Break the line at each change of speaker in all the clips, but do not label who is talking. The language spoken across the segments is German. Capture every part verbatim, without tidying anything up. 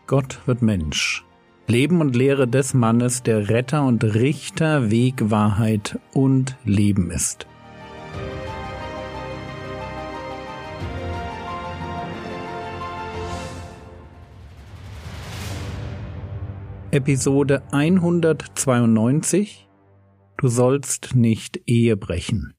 Gott wird Mensch. Leben und Lehre des Mannes, der Retter und Richter, Weg, Wahrheit und Leben ist. Episode hundertzweiundneunzig. Du sollst nicht Ehe brechen.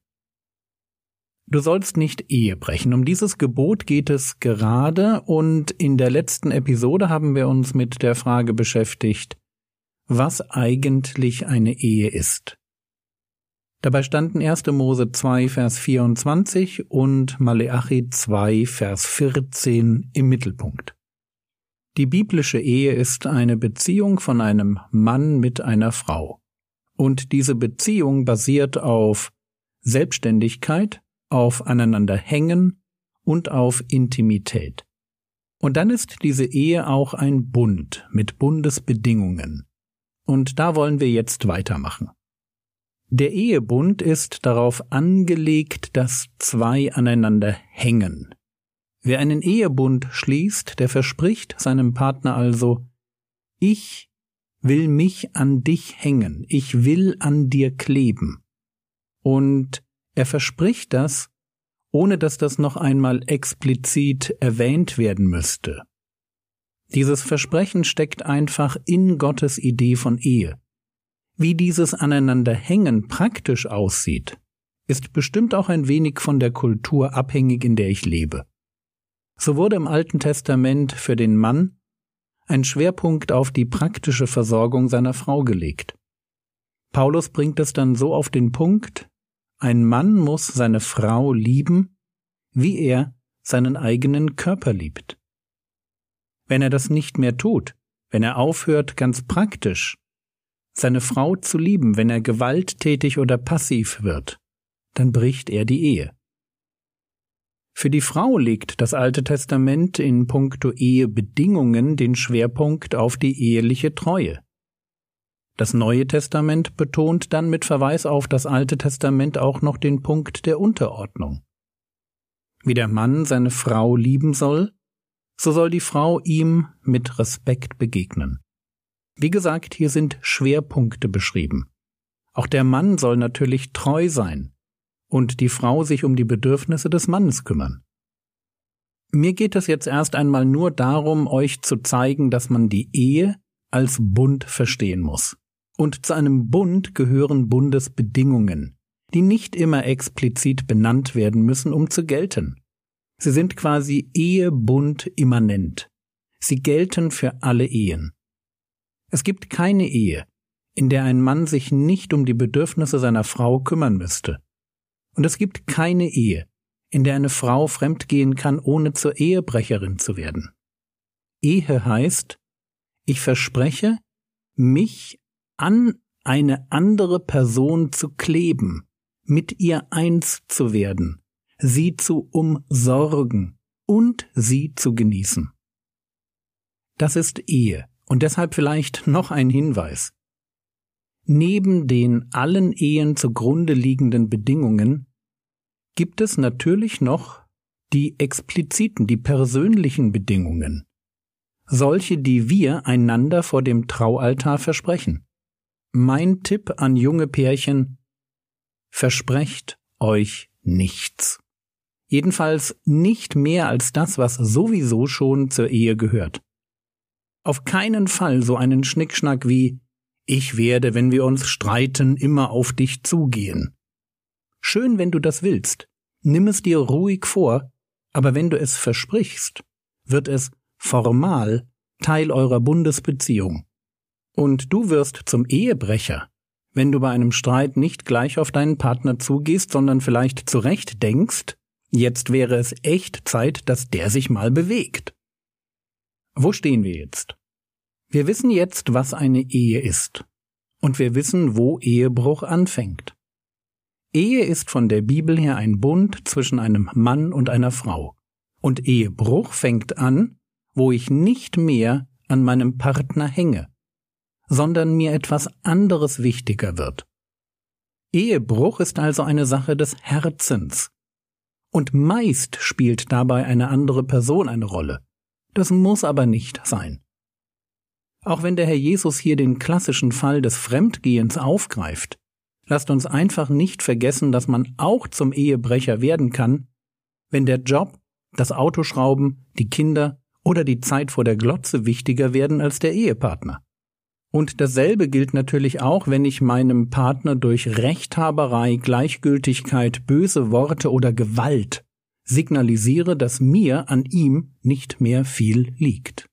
Du sollst nicht Ehe brechen. Um dieses Gebot geht es gerade, und in der letzten Episode haben wir uns mit der Frage beschäftigt, was eigentlich eine Ehe ist. Dabei standen erster Mose zwei, Vers vierundzwanzig und Maleachi zwei, Vers vierzehn im Mittelpunkt. Die biblische Ehe ist eine Beziehung von einem Mann mit einer Frau. Und diese Beziehung basiert auf Selbstständigkeit, auf Aneinanderhängen und auf Intimität. Und dann ist diese Ehe auch ein Bund mit Bundesbedingungen. Und da wollen wir jetzt weitermachen. Der Ehebund ist darauf angelegt, dass zwei aneinander hängen. Wer einen Ehebund schließt, der verspricht seinem Partner also: Ich will mich an dich hängen, ich will an dir kleben. Und er verspricht das, ohne dass das noch einmal explizit erwähnt werden müsste. Dieses Versprechen steckt einfach in Gottes Idee von Ehe. Wie dieses Aneinanderhängen praktisch aussieht, ist bestimmt auch ein wenig von der Kultur abhängig, in der ich lebe. So wurde im Alten Testament für den Mann ein Schwerpunkt auf die praktische Versorgung seiner Frau gelegt. Paulus bringt es dann so auf den Punkt: Ein Mann muss seine Frau lieben, wie er seinen eigenen Körper liebt. Wenn er das nicht mehr tut, wenn er aufhört, ganz praktisch seine Frau zu lieben, wenn er gewalttätig oder passiv wird, dann bricht er die Ehe. Für die Frau legt das Alte Testament in puncto Ehebedingungen den Schwerpunkt auf die eheliche Treue. Das Neue Testament betont dann mit Verweis auf das Alte Testament auch noch den Punkt der Unterordnung. Wie der Mann seine Frau lieben soll, so soll die Frau ihm mit Respekt begegnen. Wie gesagt, hier sind Schwerpunkte beschrieben. Auch der Mann soll natürlich treu sein und die Frau sich um die Bedürfnisse des Mannes kümmern. Mir geht es jetzt erst einmal nur darum, euch zu zeigen, dass man die Ehe als Bund verstehen muss. Und zu einem Bund gehören Bundesbedingungen, die nicht immer explizit benannt werden müssen, um zu gelten. Sie sind quasi Ehebund-immanent. Sie gelten für alle Ehen. Es gibt keine Ehe, in der ein Mann sich nicht um die Bedürfnisse seiner Frau kümmern müsste. Und es gibt keine Ehe, in der eine Frau fremdgehen kann, ohne zur Ehebrecherin zu werden. Ehe heißt, ich verspreche, mich an eine andere Person zu kleben, mit ihr eins zu werden, sie zu umsorgen und sie zu genießen. Das ist Ehe, und deshalb vielleicht noch ein Hinweis. Neben den allen Ehen zugrunde liegenden Bedingungen gibt es natürlich noch die expliziten, die persönlichen Bedingungen, solche, die wir einander vor dem Traualtar versprechen. Mein Tipp an junge Pärchen: Versprecht euch nichts. Jedenfalls nicht mehr als das, was sowieso schon zur Ehe gehört. Auf keinen Fall so einen Schnickschnack wie: Ich werde, wenn wir uns streiten, immer auf dich zugehen. Schön, wenn du das willst. Nimm es dir ruhig vor, aber wenn du es versprichst, wird es formal Teil eurer Bundesbeziehung. Und du wirst zum Ehebrecher, wenn du bei einem Streit nicht gleich auf deinen Partner zugehst, sondern vielleicht zurecht denkst, jetzt wäre es echt Zeit, dass der sich mal bewegt. Wo stehen wir jetzt? Wir wissen jetzt, was eine Ehe ist. Und wir wissen, wo Ehebruch anfängt. Ehe ist von der Bibel her ein Bund zwischen einem Mann und einer Frau. Und Ehebruch fängt an, wo ich nicht mehr an meinem Partner hänge, sondern mir etwas anderes wichtiger wird. Ehebruch ist also eine Sache des Herzens. Und meist spielt dabei eine andere Person eine Rolle. Das muss aber nicht sein. Auch wenn der Herr Jesus hier den klassischen Fall des Fremdgehens aufgreift, lasst uns einfach nicht vergessen, dass man auch zum Ehebrecher werden kann, wenn der Job, das Autoschrauben, die Kinder oder die Zeit vor der Glotze wichtiger werden als der Ehepartner. Und dasselbe gilt natürlich auch, wenn ich meinem Partner durch Rechthaberei, Gleichgültigkeit, böse Worte oder Gewalt signalisiere, dass mir an ihm nicht mehr viel liegt.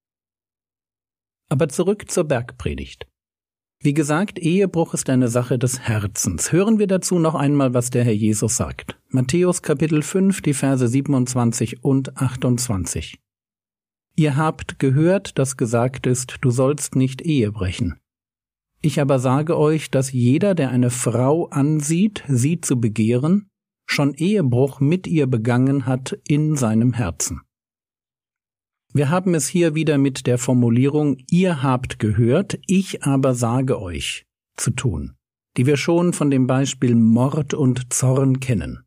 Aber zurück zur Bergpredigt. Wie gesagt, Ehebruch ist eine Sache des Herzens. Hören wir dazu noch einmal, was der Herr Jesus sagt. Matthäus Kapitel fünf, die Verse siebenundzwanzig und achtundzwanzig. Ihr habt gehört, dass gesagt ist, du sollst nicht Ehe brechen. Ich aber sage euch, dass jeder, der eine Frau ansieht, sie zu begehren, schon Ehebruch mit ihr begangen hat in seinem Herzen. Wir haben es hier wieder mit der Formulierung ihr habt gehört, ich aber sage euch zu tun, die wir schon von dem Beispiel Mord und Zorn kennen.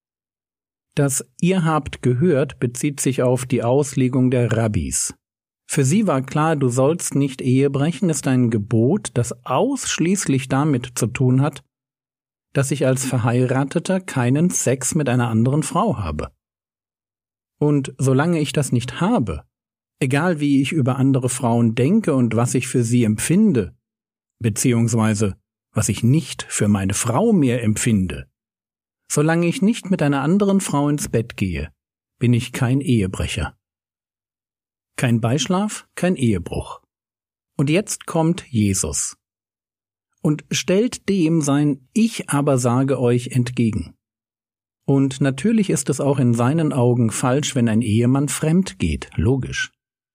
Das ihr habt gehört bezieht sich auf die Auslegung der Rabbis. Für sie war klar, du sollst nicht Ehe brechen, ist ein Gebot, das ausschließlich damit zu tun hat, dass ich als Verheirateter keinen Sex mit einer anderen Frau habe. Und solange ich das nicht habe, egal wie ich über andere Frauen denke und was ich für sie empfinde, beziehungsweise was ich nicht für meine Frau mehr empfinde, solange ich nicht mit einer anderen Frau ins Bett gehe, bin ich kein Ehebrecher. Kein Beischlaf, kein Ehebruch. Und jetzt kommt Jesus und stellt dem sein Ich aber sage euch entgegen. Und natürlich ist es auch in seinen Augen falsch, wenn ein Ehemann fremd geht, logisch.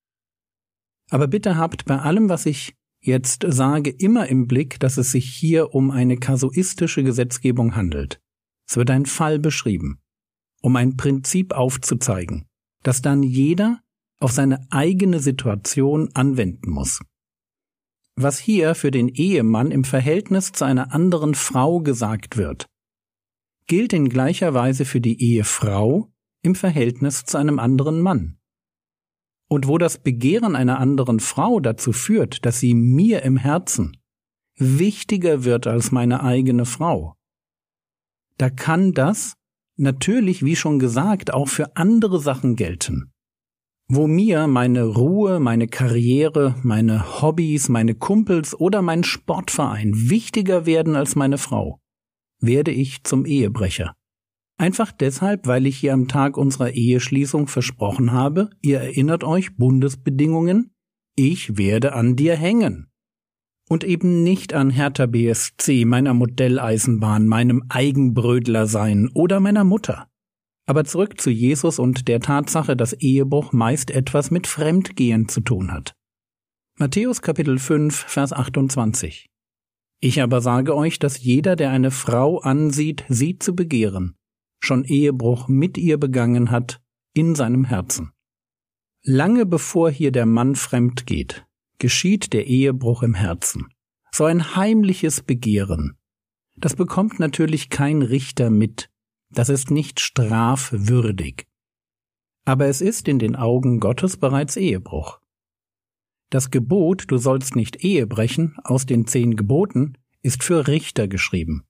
Aber bitte habt bei allem, was ich jetzt sage, immer im Blick, dass es sich hier um eine kasuistische Gesetzgebung handelt. Es wird ein Fall beschrieben, um ein Prinzip aufzuzeigen, das dann jeder auf seine eigene Situation anwenden muss. Was hier für den Ehemann im Verhältnis zu einer anderen Frau gesagt wird, gilt in gleicher Weise für die Ehefrau im Verhältnis zu einem anderen Mann. Und wo das Begehren einer anderen Frau dazu führt, dass sie mir im Herzen wichtiger wird als meine eigene Frau, da kann das natürlich, wie schon gesagt, auch für andere Sachen gelten. Wo mir meine Ruhe, meine Karriere, meine Hobbys, meine Kumpels oder mein Sportverein wichtiger werden als meine Frau, werde ich zum Ehebrecher. Einfach deshalb, weil ich hier am Tag unserer Eheschließung versprochen habe, ihr erinnert euch, Bundesbedingungen, ich werde an dir hängen. Und eben nicht an Hertha B S C, meiner Modelleisenbahn, meinem Eigenbrödler sein oder meiner Mutter. Aber zurück zu Jesus und der Tatsache, dass Ehebruch meist etwas mit Fremdgehen zu tun hat. Matthäus Kapitel fünf, Vers achtundzwanzig. Ich aber sage euch, dass jeder, der eine Frau ansieht, sie zu begehren, schon Ehebruch mit ihr begangen hat in seinem Herzen. Lange bevor hier der Mann fremd geht, geschieht der Ehebruch im Herzen. So ein heimliches Begehren. Das bekommt natürlich kein Richter mit. Das ist nicht strafwürdig. Aber es ist in den Augen Gottes bereits Ehebruch. Das Gebot, du sollst nicht Ehe brechen, aus den zehn Geboten, ist für Richter geschrieben.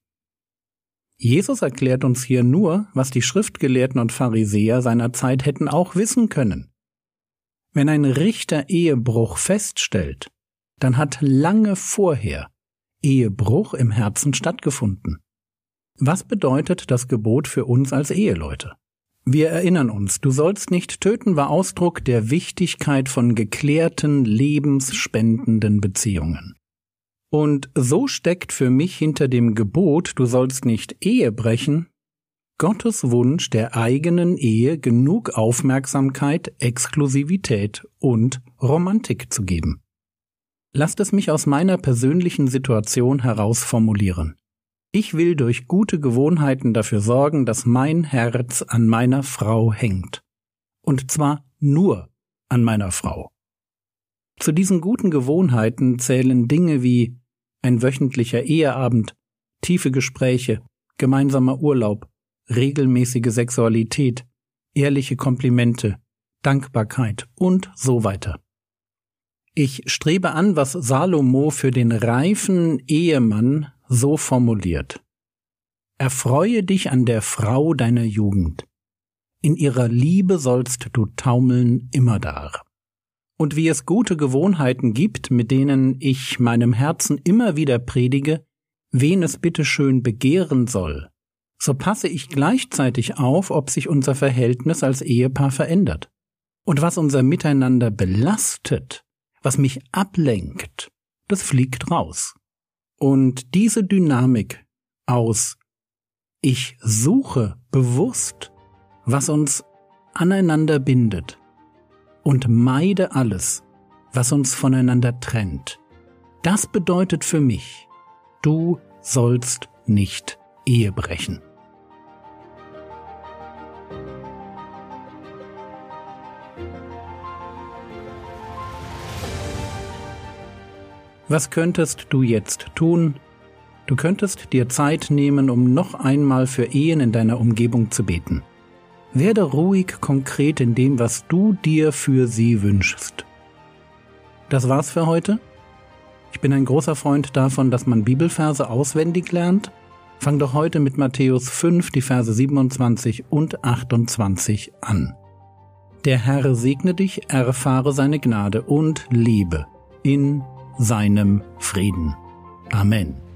Jesus erklärt uns hier nur, was die Schriftgelehrten und Pharisäer seiner Zeit hätten auch wissen können. Wenn ein Richter Ehebruch feststellt, dann hat lange vorher Ehebruch im Herzen stattgefunden. Was bedeutet das Gebot für uns als Eheleute? Wir erinnern uns, du sollst nicht töten war Ausdruck der Wichtigkeit von geklärten, lebensspendenden Beziehungen. Und so steckt für mich hinter dem Gebot, du sollst nicht Ehe brechen, Gottes Wunsch der eigenen Ehe genug Aufmerksamkeit, Exklusivität und Romantik zu geben. Lasst es mich aus meiner persönlichen Situation heraus formulieren. Ich will durch gute Gewohnheiten dafür sorgen, dass mein Herz an meiner Frau hängt. Und zwar nur an meiner Frau. Zu diesen guten Gewohnheiten zählen Dinge wie ein wöchentlicher Eheabend, tiefe Gespräche, gemeinsamer Urlaub, regelmäßige Sexualität, ehrliche Komplimente, Dankbarkeit und so weiter. Ich strebe an, was Salomo für den reifen Ehemann so formuliert. Erfreue dich an der Frau deiner Jugend. In ihrer Liebe sollst du taumeln immerdar. Und wie es gute Gewohnheiten gibt, mit denen ich meinem Herzen immer wieder predige, wen es bitteschön begehren soll, so passe ich gleichzeitig auf, ob sich unser Verhältnis als Ehepaar verändert. Und was unser Miteinander belastet, was mich ablenkt, das fliegt raus. Und diese Dynamik aus ich suche bewusst, was uns aneinander bindet und meide alles, was uns voneinander trennt, das bedeutet für mich, du sollst nicht Ehe brechen. Was könntest du jetzt tun? Du könntest dir Zeit nehmen, um noch einmal für Ehen in deiner Umgebung zu beten. Werde ruhig konkret in dem, was du dir für sie wünschst. Das war's für heute. Ich bin ein großer Freund davon, dass man Bibelverse auswendig lernt. Fang doch heute mit Matthäus fünf, die Verse siebenundzwanzig und achtundzwanzig an. Der Herr segne dich, erfahre seine Gnade und lebe in seinem Frieden. Amen.